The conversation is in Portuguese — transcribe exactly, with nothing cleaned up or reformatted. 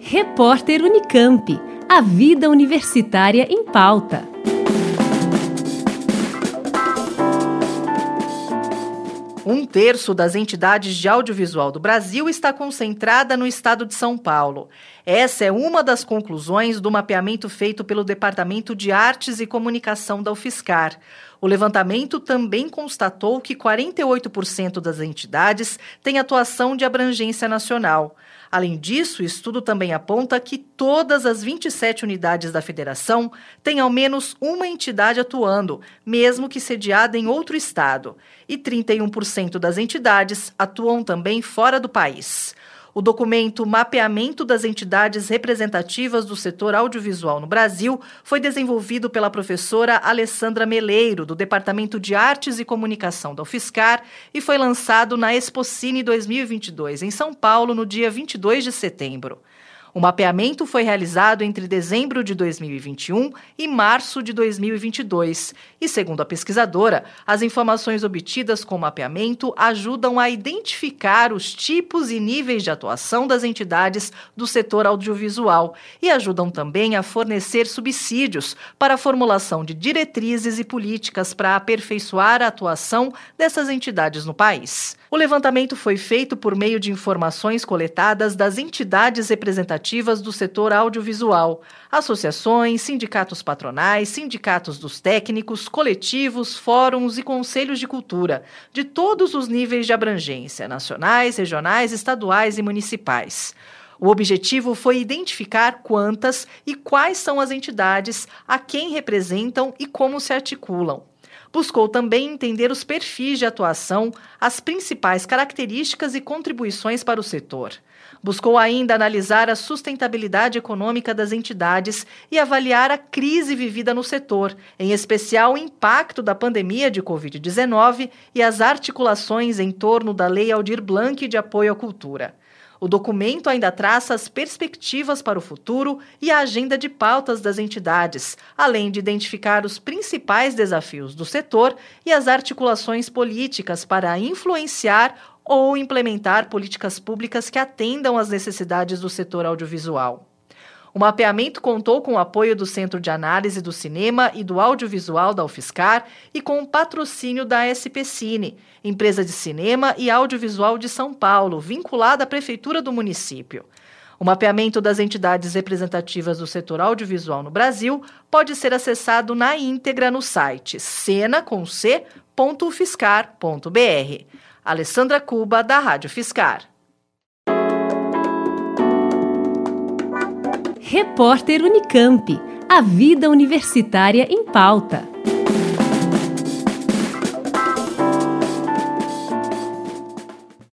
Repórter Unicamp. A vida universitária em pauta. Um terço das entidades de audiovisual do Brasil está concentrada no estado de São Paulo. Essa é uma das conclusões do mapeamento feito pelo Departamento de Artes e Comunicação da UFSCar. O levantamento também constatou que quarenta e oito por cento das entidades têm atuação de abrangência nacional. Além disso, o estudo também aponta que todas as vinte e sete unidades da federação têm ao menos uma entidade atuando, mesmo que sediada em outro estado. E trinta e um por cento das entidades atuam também fora do país. O documento Mapeamento das Entidades Representativas do Setor Audiovisual no Brasil foi desenvolvido pela professora Alessandra Meleiro, do Departamento de Artes e Comunicação da UFSCar, e foi lançado na Expocine dois mil e vinte e dois, em São Paulo, no dia vinte e dois de setembro. O mapeamento foi realizado entre dezembro de dois mil e vinte e um e março de dois mil e vinte e dois. E, segundo a pesquisadora, as informações obtidas com o mapeamento ajudam a identificar os tipos e níveis de atuação das entidades do setor audiovisual e ajudam também a fornecer subsídios para a formulação de diretrizes e políticas para aperfeiçoar a atuação dessas entidades no país. O levantamento foi feito por meio de informações coletadas das entidades representativas do setor audiovisual, associações, sindicatos patronais, sindicatos dos técnicos, coletivos, fóruns e conselhos de cultura, de todos os níveis de abrangência, nacionais, regionais, estaduais e municipais. O objetivo foi identificar quantas e quais são as entidades, a quem representam e como se articulam. Buscou também entender os perfis de atuação, as principais características e contribuições para o setor. Buscou ainda analisar a sustentabilidade econômica das entidades e avaliar a crise vivida no setor, em especial o impacto da pandemia de covid dezenove e as articulações em torno da Lei Aldir Blanc de apoio à cultura. O documento ainda traça as perspectivas para o futuro e a agenda de pautas das entidades, além de identificar os principais desafios do setor e as articulações políticas para influenciar ou implementar políticas públicas que atendam às necessidades do setor audiovisual. O mapeamento contou com o apoio do Centro de Análise do Cinema e do Audiovisual da UFSCar e com o patrocínio da Expocine, empresa de cinema e audiovisual de São Paulo, vinculada à Prefeitura do município. O mapeamento das entidades representativas do setor audiovisual no Brasil pode ser acessado na íntegra no site cena com c ponto ufscar ponto br. Alessandra Cuba, da Rádio UFSCar. Repórter Unicamp. A vida universitária em pauta.